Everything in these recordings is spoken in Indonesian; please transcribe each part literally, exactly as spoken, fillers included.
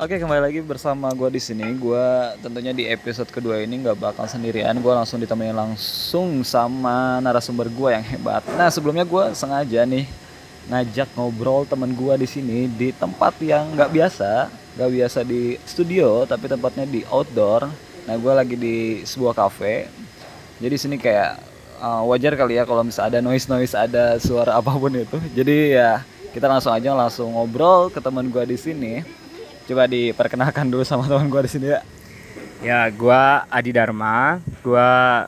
Oke, kembali lagi bersama gue di sini. Gue tentunya di episode kedua ini nggak bakal sendirian. Gue langsung ditemenin langsung sama narasumber gue yang hebat. Nah, sebelumnya gue sengaja nih ngajak ngobrol temen gue di sini di tempat yang nggak biasa, nggak biasa di studio, tapi tempatnya di outdoor. Nah, gue lagi di sebuah cafe. Jadi sini kayak uh, wajar kali ya kalau misalnya ada noise noise, ada suara apapun itu. Jadi ya kita langsung aja langsung ngobrol ke teman gue di sini. Coba diperkenalkan dulu sama teman gue di sini ya. Ya, gua Adi Dharma, gua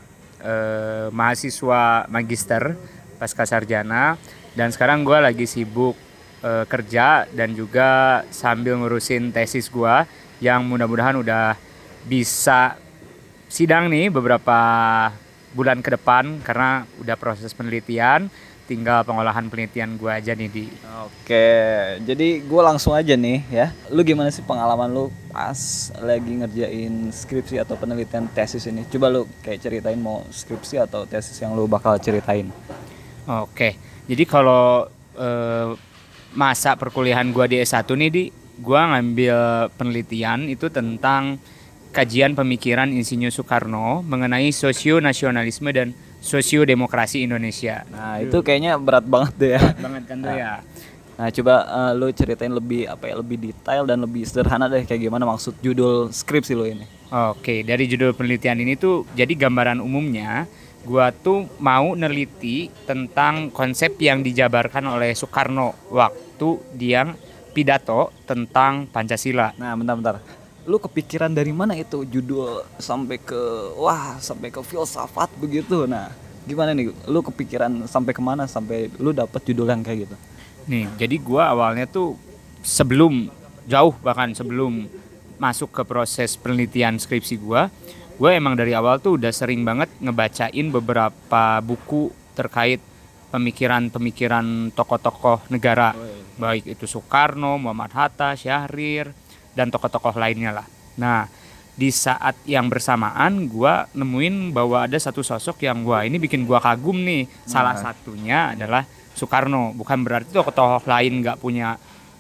eh, mahasiswa magister pasca sarjana dan sekarang gua lagi sibuk eh, kerja dan juga sambil ngurusin tesis gua yang mudah-mudahan udah bisa sidang nih beberapa bulan ke depan karena udah proses penelitian, tinggal pengolahan penelitian gua aja nih di. Oke, jadi gue langsung aja nih ya. Lu gimana sih pengalaman lu pas lagi ngerjain skripsi atau penelitian tesis ini? Coba lu kayak ceritain mau skripsi atau tesis yang lu bakal ceritain. Oke, jadi kalau eh, masa perkuliahan gua di S satu nih, di gua ngambil penelitian itu tentang kajian pemikiran Insinyur Soekarno mengenai sosio-nasionalisme dan sosio-demokrasi Indonesia. Nah, itu kayaknya berat banget deh ya. Berat banget kan tuh Nah, ya. nah, coba uh, lu ceritain lebih apa ya, lebih detail dan lebih sederhana deh kayak gimana maksud judul skripsi lu ini. Oke, dari judul penelitian ini tuh jadi gambaran umumnya gua tuh mau neliti tentang konsep yang dijabarkan oleh Soekarno waktu dia pidato tentang Pancasila. Nah, bentar-bentar. Lu kepikiran dari mana itu judul sampai ke wah, sampai ke filsafat begitu. Nah, gimana nih? Lu kepikiran sampai kemana sampai lu dapet judul yang kayak gitu? Nih, jadi gua awalnya tuh sebelum jauh bahkan sebelum masuk ke proses penelitian skripsi gua, gua emang dari awal tuh udah sering banget ngebacain beberapa buku terkait pemikiran-pemikiran tokoh-tokoh negara, baik itu Soekarno, Muhammad Hatta, Syahrir, dan tokoh-tokoh lainnya lah. Nah, di saat yang bersamaan gua nemuin bahwa ada satu sosok yang wah ini bikin gua kagum nih. Salah Nah, satunya adalah Soekarno. Bukan berarti tokoh-tokoh lain nggak punya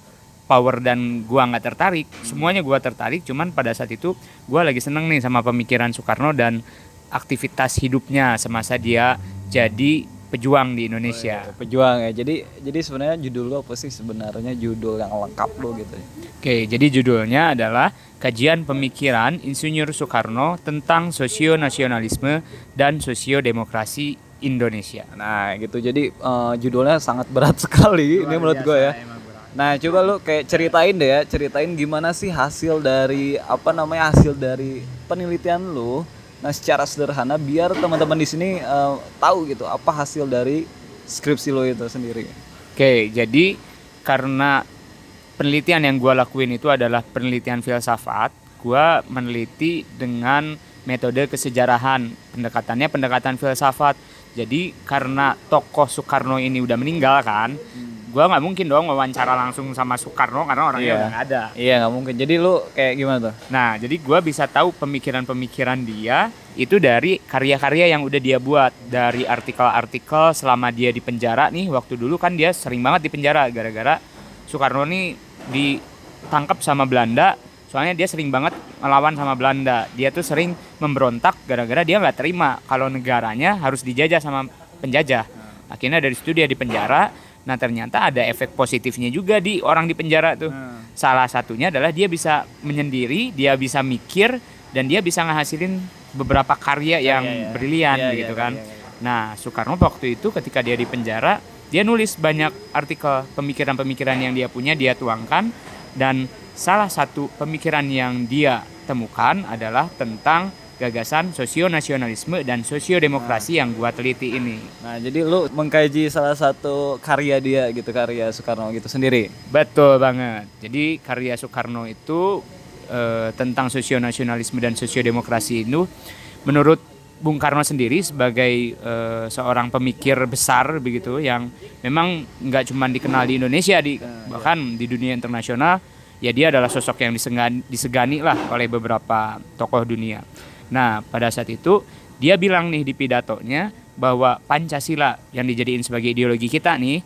power dan gua nggak tertarik. Semuanya gua tertarik. Cuman pada saat itu gua lagi seneng nih sama pemikiran Soekarno dan aktivitas hidupnya semasa dia jadi pejuang di Indonesia. pejuang ya. Jadi jadi sebenarnya judul lu apa sih sebenarnya judul yang lengkap lu gitu ya? Oke, jadi judulnya adalah Kajian Pemikiran Insinyur Soekarno tentang Sosio-Nasionalisme dan Sosio-Demokrasi Indonesia. Nah, gitu. Jadi eh, judulnya sangat berat sekali ini menurut gue ya. Nah, coba lu kayak ceritain deh ya, ceritain gimana sih hasil dari apa namanya hasil dari penelitian lu. Nah, secara sederhana biar teman-teman di sini eh, tahu gitu apa hasil dari skripsi lu itu sendiri. Oke, jadi karena penelitian yang gue lakuin itu adalah penelitian filsafat, gue meneliti dengan metode kesejarahan, pendekatannya pendekatan filsafat. Jadi karena tokoh Soekarno ini udah meninggal kan, gue nggak mungkin dong wawancara langsung sama Soekarno karena orangnya Iya. udah nggak ada. Iya, nggak mungkin. Jadi lu kayak gimana tuh? Nah, jadi gue bisa tahu pemikiran-pemikiran dia itu dari karya-karya yang udah dia buat, dari artikel-artikel selama dia di penjara nih. Waktu dulu kan dia sering banget di penjara gara-gara Soekarno nih ditangkap sama Belanda. Soalnya dia sering banget melawan sama Belanda. Dia tuh sering memberontak gara-gara dia nggak terima kalau negaranya harus dijajah sama penjajah. Akhirnya dari situ dia di penjara. Nah, ternyata ada efek positifnya juga di orang di penjara tuh. Salah satunya adalah dia bisa menyendiri, dia bisa mikir, dan dia bisa ngehasilin beberapa karya yang iya, iya. brilian Iya, gitu iya, kan. iya, iya. Nah, Soekarno waktu itu ketika dia di penjara, dia nulis banyak artikel pemikiran-pemikiran yang dia punya, dia tuangkan. Dan salah satu pemikiran yang dia temukan adalah tentang gagasan sosio-nasionalisme dan sosio-demokrasi yang gua teliti ini. Nah, jadi lu mengkaji salah satu karya dia gitu, karya Soekarno gitu sendiri. Betul banget. Jadi karya Soekarno itu eh, tentang sosio-nasionalisme dan sosio-demokrasi itu menurut Bung Karno sendiri sebagai eh, seorang pemikir besar begitu yang memang nggak cuma dikenal di Indonesia, di bahkan di dunia internasional, ya dia adalah sosok yang disegani, disegani lah oleh beberapa tokoh dunia. Nah, pada saat itu dia bilang nih di pidatonya bahwa Pancasila yang dijadiin sebagai ideologi kita nih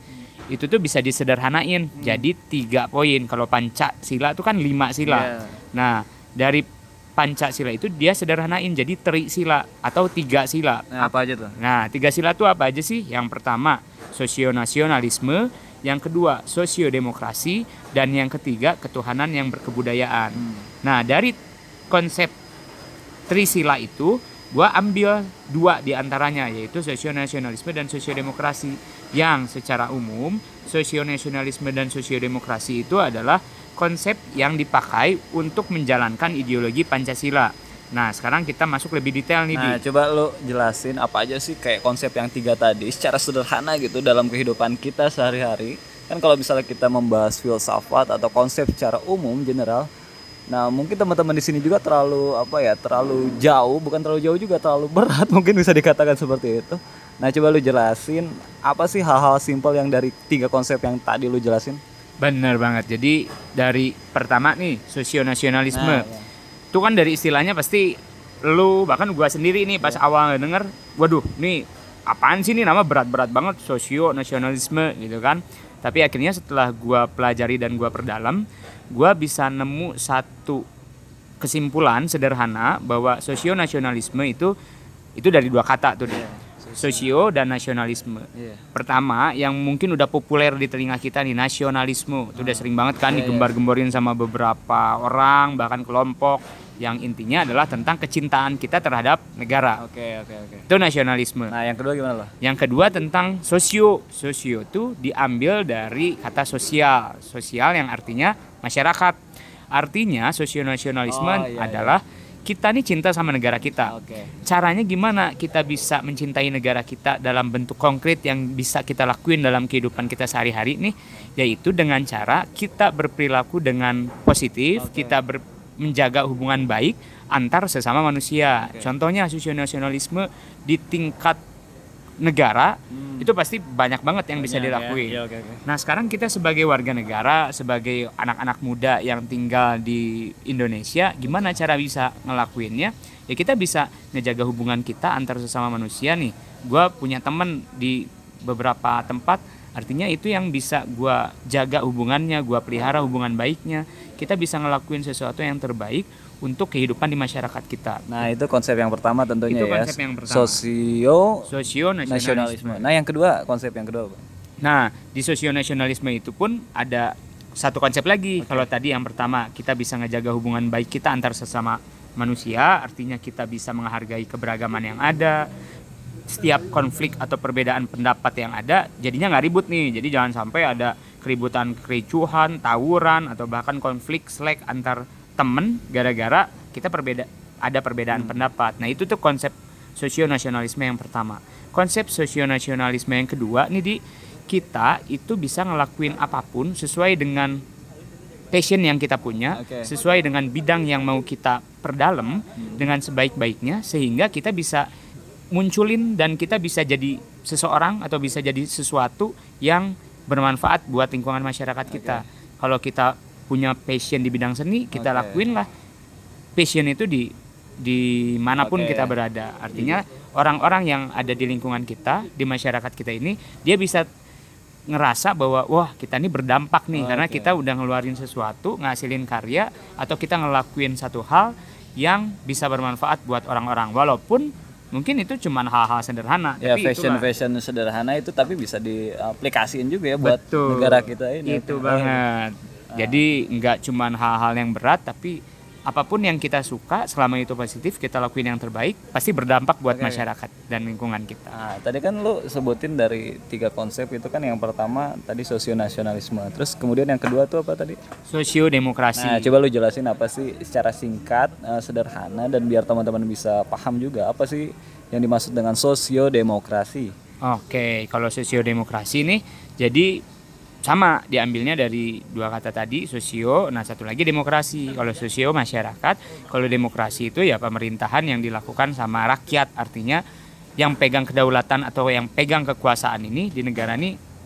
itu tuh bisa disederhanain Hmm. jadi tiga poin. Kalau Pancasila itu kan lima sila. Iya. Nah, dari Pancasila itu dia sederhanain jadi trisila atau tiga sila. Nah, apa aja tuh? Nah, tiga sila itu apa aja sih? Yang pertama, sosionasionalisme, yang kedua, sosiodemokrasi, dan yang ketiga, ketuhanan yang berkebudayaan. Hmm. Nah, dari konsep trisila itu, gua ambil dua di antaranya, yaitu sosionasionalisme dan sosiodemokrasi. Yang secara umum, sosionasionalisme dan sosiodemokrasi itu adalah konsep yang dipakai untuk menjalankan ideologi Pancasila. Nah, sekarang kita masuk lebih detail nih, Nah, Di. coba lu jelasin apa aja sih kayak konsep yang tiga tadi secara sederhana gitu dalam kehidupan kita sehari-hari. Kan kalau misalnya kita membahas filsafat atau konsep secara umum general, nah mungkin teman-teman di sini juga terlalu apa ya, terlalu jauh, bukan terlalu jauh juga terlalu berat mungkin bisa dikatakan seperti itu. Nah, coba lu jelasin apa sih hal-hal simpel yang dari tiga konsep yang tadi lu jelasin? Bener banget. Jadi dari pertama nih, sosionasionalisme. Nah, ya. Itu kan dari istilahnya pasti lu, bahkan gua sendiri nih pas awal denger, waduh, nih apaan sih, nih nama berat-berat banget, sosionasionalisme gitu kan. Tapi akhirnya setelah gua pelajari dan gua perdalam, gua bisa nemu satu kesimpulan sederhana bahwa sosionasionalisme itu itu dari dua kata tuh, Di. Sosio dan nasionalisme. Iya. Pertama, yang mungkin udah populer di telinga kita nih, nasionalisme. Itu udah sering banget kan Iya, digembar-gemborin sama beberapa orang, bahkan kelompok, yang intinya adalah tentang kecintaan kita terhadap negara. Oke, oke, oke. Itu nasionalisme. Nah, yang kedua gimana lo? Yang kedua tentang sosio. Sosio itu diambil dari kata sosial. Sosial yang artinya masyarakat. Artinya sosionasionalisme Oh, iya, adalah kita nih cinta sama negara kita. Oke. Caranya gimana kita bisa mencintai negara kita dalam bentuk konkret yang bisa kita lakuin dalam kehidupan kita sehari-hari nih, yaitu dengan cara kita berperilaku dengan positif, Oke. kita ber, menjaga hubungan baik antar sesama manusia. Oke. Contohnya sosionasionalisme di tingkat negara Hmm. itu pasti banyak banget yang bisa Banyak, ya. dilakuin. Iya, oke, oke. Nah, sekarang kita sebagai warga negara, sebagai anak-anak muda yang tinggal di Indonesia, gimana cara bisa ngelakuinnya? Ya kita bisa ngejaga hubungan kita antar sesama manusia nih. Gua punya temen di beberapa tempat, artinya itu yang bisa gua jaga hubungannya, gua pelihara hubungan baiknya. Kita bisa ngelakuin sesuatu yang terbaik untuk kehidupan di masyarakat kita. Nah, itu konsep yang pertama tentunya Itu ya. konsep yang pertama. Sosio Sosionasionalisme. nasionalisme. Nah, yang kedua, konsep yang kedua apa? Nah, di sosionasionalisme itu pun ada satu konsep lagi. Kalau tadi yang pertama, kita bisa ngejaga hubungan baik kita antar sesama manusia, artinya kita bisa menghargai keberagaman yang ada. Setiap konflik atau perbedaan pendapat yang ada, jadinya nggak ribut nih. Jadi jangan sampai ada keributan, kericuhan, tawuran, atau bahkan konflik selek antar temen gara-gara kita perbeda ada perbedaan Hmm. pendapat. Nah, itu tuh konsep sosionasionalisme yang pertama. Konsep sosionasionalisme yang kedua nih, Di, kita itu bisa ngelakuin apapun sesuai dengan passion yang kita punya, Oke. sesuai dengan bidang yang mau kita perdalam Hmm. dengan sebaik-baiknya, sehingga kita bisa munculin dan kita bisa jadi seseorang atau bisa jadi sesuatu yang bermanfaat buat lingkungan masyarakat kita. Kalau kita punya passion di bidang seni, kita Oke. lakuin lah passion itu di di manapun Oke. kita berada. Artinya orang-orang yang ada di lingkungan kita, di masyarakat kita ini, dia bisa ngerasa bahwa wah, kita ini berdampak nih, karena Oke. kita udah ngeluarin sesuatu, ngasilin karya, atau kita ngelakuin satu hal yang bisa bermanfaat buat orang-orang, walaupun mungkin itu cuma hal-hal sederhana. Ya, tapi fashion itulah. fashion sederhana itu tapi bisa diaplikasiin juga ya buat Betul. negara kita ini. Itu Oke. banget. Jadi nggak cuman hal-hal yang berat, tapi apapun yang kita suka selama itu positif, kita lakuin yang terbaik, pasti berdampak buat Oke. masyarakat dan lingkungan kita. Nah, tadi kan lu sebutin dari tiga konsep itu kan, yang pertama tadi sosionasionalisme. Terus kemudian yang kedua tuh apa tadi? Sosiodemokrasi. Nah, coba lu jelasin apa sih secara singkat, eh, sederhana, dan biar teman-teman bisa paham juga apa sih yang dimaksud dengan sosiodemokrasi. Oke, kalau sosiodemokrasi nih, jadi sama diambilnya dari dua kata tadi, sosio, nah satu lagi demokrasi. Kalau sosio masyarakat, kalau demokrasi itu ya pemerintahan yang dilakukan sama rakyat, artinya yang pegang kedaulatan atau yang pegang kekuasaan ini di negara ini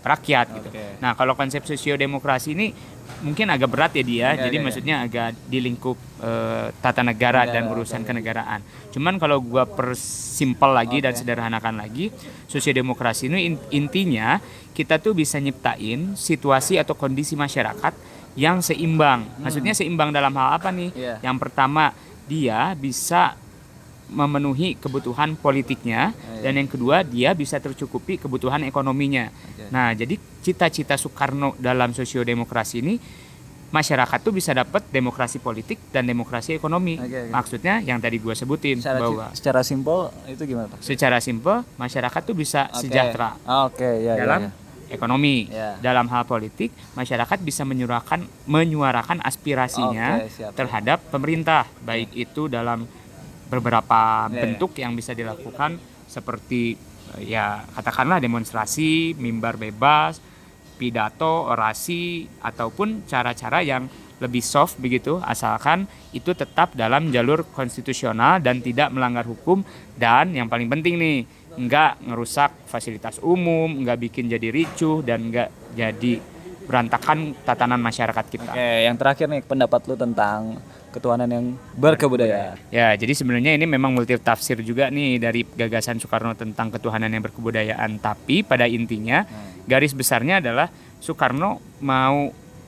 rakyat gitu. Oke. Nah, kalau konsep sosiodemokrasi ini mungkin agak berat ya dia, Oke, jadi oke, maksudnya agak di lingkup eh, tata negara Negara, dan urusan oke. kenegaraan. Cuman kalau gua persimpel lagi dan Oke. sederhanakan lagi, sosiodemokrasi ini in- intinya kita tuh bisa nyiptain situasi atau kondisi masyarakat yang seimbang. Maksudnya seimbang dalam hal apa nih? Iya. Yang pertama, dia bisa memenuhi kebutuhan politiknya, iya. dan yang kedua dia bisa tercukupi kebutuhan ekonominya. Oke. Nah, jadi cita-cita Soekarno dalam sosiodemokrasi ini, masyarakat tuh bisa dapat demokrasi politik dan demokrasi ekonomi. Oke, oke. Maksudnya yang tadi gue sebutin Secara bahwa secara simpel itu gimana Pak? secara simpel masyarakat tuh bisa Oke. sejahtera Ah, Oke, ya, ya, dalam ya. ekonomi. Ya. Dalam hal politik, masyarakat bisa menyuarakan menyuarakan aspirasinya Oke, siap. terhadap pemerintah, baik itu dalam beberapa Ya, bentuk yang bisa dilakukan seperti eh, ya katakanlah demonstrasi, mimbar bebas, pidato, orasi, ataupun cara-cara yang lebih soft begitu, asalkan itu tetap dalam jalur konstitusional dan tidak melanggar hukum, dan yang paling penting nih, nggak ngerusak fasilitas umum, nggak bikin jadi ricuh, dan nggak jadi berantakan tatanan masyarakat kita. Oke, yang terakhir nih pendapat lu tentang ketuhanan yang berkebudayaan. Ya, jadi sebenarnya ini memang multi tafsir juga nih dari gagasan Soekarno tentang ketuhanan yang berkebudayaan. Tapi pada intinya garis besarnya adalah Soekarno mau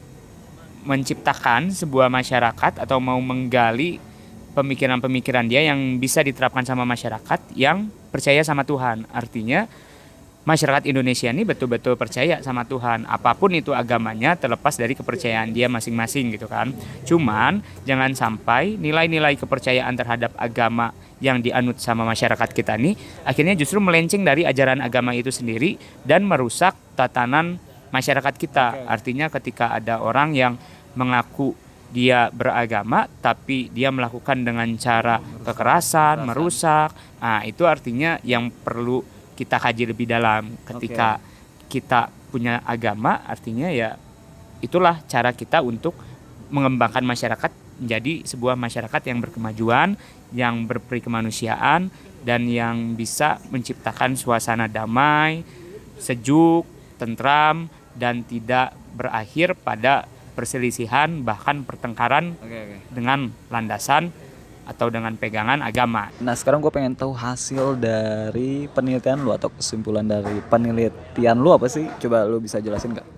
menciptakan sebuah masyarakat atau mau menggali pemikiran-pemikiran dia yang bisa diterapkan sama masyarakat yang percaya sama Tuhan. Artinya masyarakat Indonesia ini betul-betul percaya sama Tuhan, apapun itu agamanya, terlepas dari kepercayaan dia masing-masing gitu kan. Cuman jangan sampai nilai-nilai kepercayaan terhadap agama yang dianut sama masyarakat kita nih akhirnya justru melenceng dari ajaran agama itu sendiri dan merusak tatanan masyarakat kita. Artinya ketika ada orang yang mengaku dia beragama tapi dia melakukan dengan cara kekerasan, merusak, nah itu artinya yang perlu kita kaji lebih dalam. Ketika kita punya agama, artinya ya itulah cara kita untuk mengembangkan masyarakat menjadi sebuah masyarakat yang berkemajuan, yang berperi kemanusiaan, dan yang bisa menciptakan suasana damai, sejuk, tentram, dan tidak berakhir pada perselisihan bahkan pertengkaran Oke, oke. dengan landasan atau dengan pegangan agama. Nah, sekarang gue pengen tahu hasil dari penelitian lu atau kesimpulan dari penelitian lu apa sih? Coba lu bisa jelasin nggak?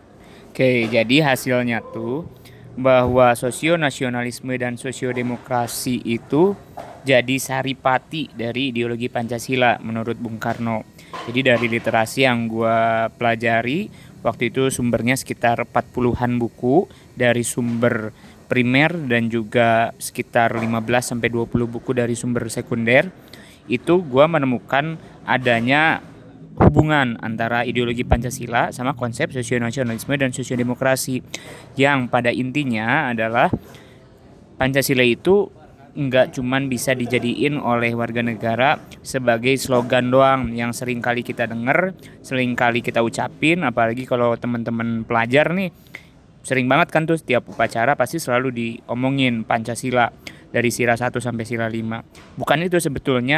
Oke, jadi hasilnya tuh bahwa sosionasionalisme dan sosiodemokrasi itu jadi saripati dari ideologi Pancasila menurut Bung Karno. Jadi dari literasi yang gue pelajari, waktu itu sumbernya sekitar empat puluhan buku dari sumber primer dan juga sekitar lima belas sampai dua puluh buku dari sumber sekunder. Itu gue menemukan adanya hubungan antara ideologi Pancasila sama konsep sosionasionalisme dan sosiodemokrasi, yang pada intinya adalah Pancasila itu nggak cuman bisa dijadiin oleh warga negara sebagai slogan doang yang sering kali kita dengar, sering kali kita ucapin, apalagi kalau teman-teman pelajar nih sering banget kan tuh setiap upacara pasti selalu diomongin Pancasila dari sila satu sampai sila lima. Bukan itu sebetulnya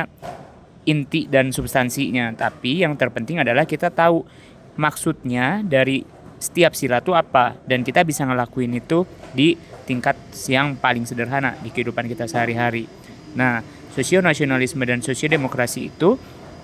inti dan substansinya, tapi yang terpenting adalah kita tahu maksudnya dari setiap sila itu apa, dan kita bisa ngelakuin itu di tingkat yang paling sederhana di kehidupan kita sehari-hari. Nah, sosionasionalisme dan sosiodemokrasi itu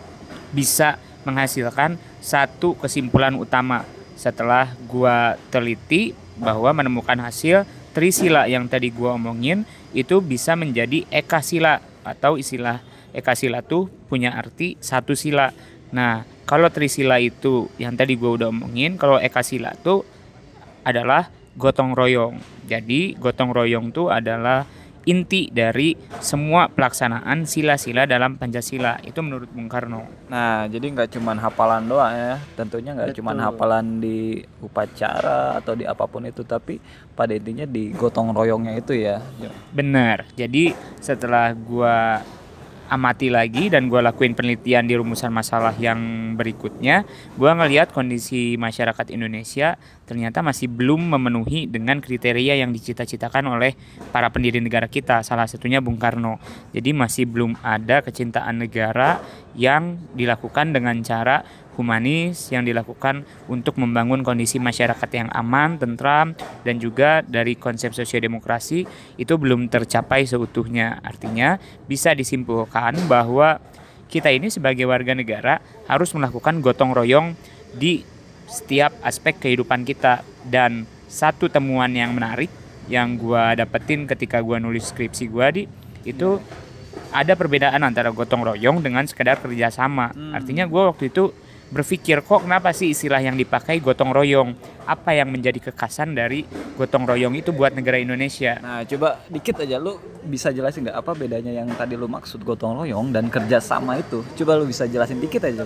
bisa menghasilkan satu kesimpulan utama setelah gua teliti, bahwa menemukan hasil trisila yang tadi gua omongin itu bisa menjadi ekasila, atau istilah ekasila tuh punya arti satu sila. Nah, kalau trisila itu yang tadi gue udah omongin, kalau ekasila tuh adalah gotong royong. Jadi gotong royong tuh adalah inti dari semua pelaksanaan sila-sila dalam Pancasila. Itu menurut Bung Karno. Nah, jadi nggak cuman hafalan doang ya. Tentunya nggak cuman hafalan di upacara atau di apapun itu, tapi pada intinya di gotong royongnya itu ya. Benar. Jadi setelah gua amati lagi dan gue lakuin penelitian di rumusan masalah yang berikutnya, gue ngelihat kondisi masyarakat Indonesia ternyata masih belum memenuhi dengan kriteria yang dicita-citakan oleh para pendiri negara kita, salah satunya Bung Karno. Jadi masih belum ada kecintaan negara yang dilakukan dengan cara humanis yang dilakukan untuk membangun kondisi masyarakat yang aman, tentram, dan juga dari konsep sosiodemokrasi itu belum tercapai seutuhnya. Artinya bisa disimpulkan bahwa kita ini sebagai warga negara harus melakukan gotong royong di setiap aspek kehidupan kita. Dan satu temuan yang menarik yang gua dapetin ketika gua nulis skripsi gua di itu ada perbedaan antara gotong royong dengan sekedar kerjasama. Hmm. Artinya gua waktu itu berpikir, kok kenapa sih istilah yang dipakai gotong royong? Apa yang menjadi kekasan dari gotong royong itu buat negara Indonesia? Nah, coba dikit aja lu bisa jelasin nggak apa bedanya yang tadi lu maksud gotong royong dan kerjasama itu? Coba lu bisa jelasin dikit aja.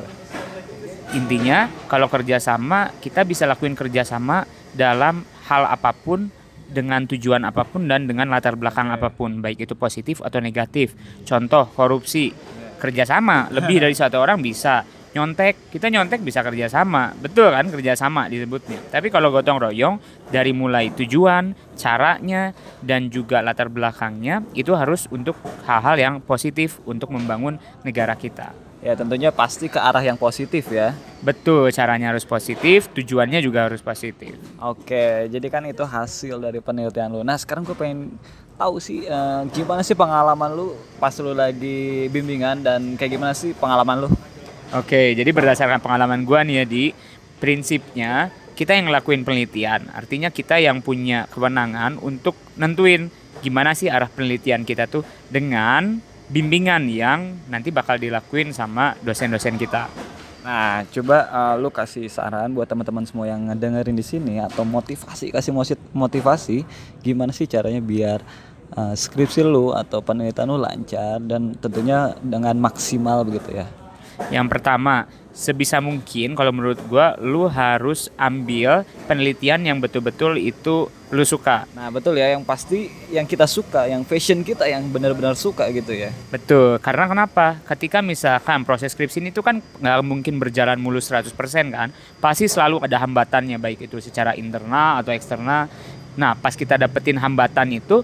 Intinya kalau kerjasama, kita bisa lakuin kerjasama dalam hal apapun, dengan tujuan apapun, dan dengan latar belakang apapun, baik itu positif atau negatif. Contoh korupsi, kerjasama lebih dari satu orang bisa. Nyontek, kita nyontek bisa kerjasama, betul kan, kerjasama disebutnya. Tapi kalau gotong royong, dari mulai tujuan, caranya, dan juga latar belakangnya itu harus untuk hal-hal yang positif untuk membangun negara kita. Ya tentunya pasti ke arah yang positif ya. Betul, caranya harus positif, tujuannya juga harus positif. Oke, jadi kan itu hasil dari penelitian lu. Nah sekarang gue pengen tahu sih uh, gimana sih pengalaman lu pas lu lagi bimbingan, dan kayak gimana sih pengalaman lu? Oke, jadi berdasarkan pengalaman gua nih ya, di prinsipnya kita yang ngelakuin penelitian. Artinya kita yang punya kewenangan untuk nentuin gimana sih arah penelitian kita tuh dengan bimbingan yang nanti bakal dilakuin sama dosen-dosen kita. Nah, coba uh, lu kasih saran buat teman-teman semua yang ngedengerin di sini, atau motivasi, kasih motivasi gimana sih caranya biar uh, skripsi lu atau penelitian lu lancar dan tentunya dengan maksimal begitu ya. Yang pertama, sebisa mungkin kalau menurut gua lu harus ambil penelitian yang betul-betul itu lu suka. Nah betul ya, yang pasti yang kita suka, yang passion kita, yang benar-benar suka gitu ya. Betul, karena kenapa? Ketika misalkan proses skripsi ini tuh kan nggak mungkin berjalan mulus seratus persen kan. Pasti selalu ada hambatannya, baik itu secara internal atau eksternal. Nah pas kita dapetin hambatan itu,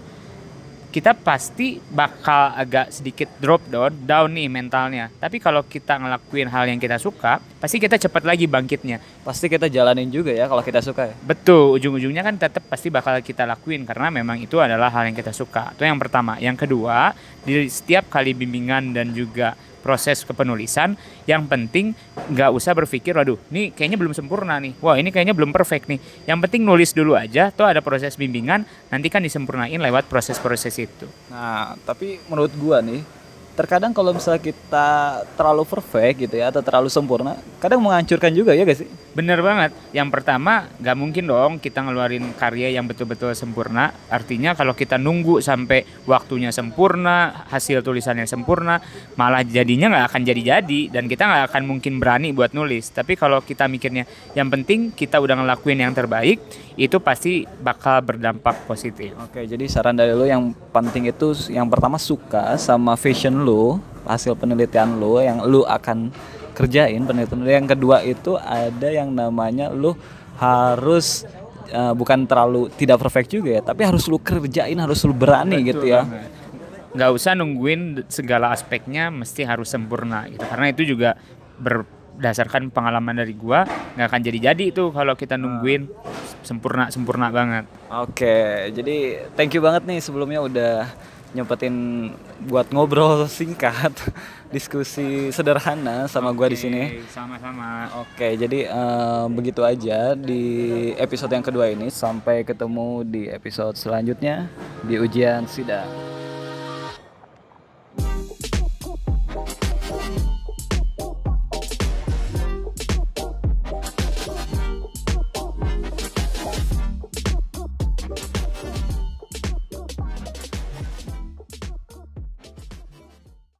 kita pasti bakal agak sedikit drop down, down nih mentalnya. Tapi kalau kita ngelakuin hal yang kita suka, pasti kita cepat lagi bangkitnya. Pasti kita jalanin juga ya kalau kita suka ya. Betul, ujung-ujungnya kan tetap pasti bakal kita lakuin karena memang itu adalah hal yang kita suka. Itu yang pertama. Yang kedua, di setiap kali bimbingan dan juga proses kepenulisan, yang penting nggak usah berpikir, waduh, ini kayaknya belum sempurna nih, wah ini kayaknya belum perfect nih. Yang penting nulis dulu aja, toh ada proses bimbingan, nanti kan disempurnain lewat proses-proses itu. Nah, tapi menurut gua nih, terkadang kalau misalnya kita terlalu perfect gitu ya, atau terlalu sempurna, kadang menghancurkan juga ya gak sih? Bener banget. Yang pertama, gak mungkin dong kita ngeluarin karya yang betul-betul sempurna. Artinya kalau kita nunggu sampai waktunya sempurna, hasil tulisannya sempurna, malah jadinya gak akan jadi-jadi, dan kita gak akan mungkin berani buat nulis. Tapi kalau kita mikirnya yang penting kita udah ngelakuin yang terbaik, itu pasti bakal berdampak positif. Oke, jadi saran dari lo yang penting itu yang pertama suka sama fashion lo, hasil penelitian lo yang lo akan kerjain penelitian. Yang kedua itu ada yang namanya lo harus uh, bukan terlalu tidak perfect juga ya, tapi harus lo kerjain, harus lo berani. Betul gitu ya. Banget. Nggak usah nungguin segala aspeknya mesti harus sempurna gitu, karena itu juga berdasarkan pengalaman dari gua nggak akan jadi-jadi itu kalau kita nungguin sempurna sempurna banget. Oke, jadi thank you banget nih sebelumnya udah nyempetin buat ngobrol singkat, diskusi sederhana sama gua di sini. Sama-sama. Oke, jadi uh, begitu aja di episode yang kedua ini. Sampai ketemu di episode selanjutnya di ujian sidang.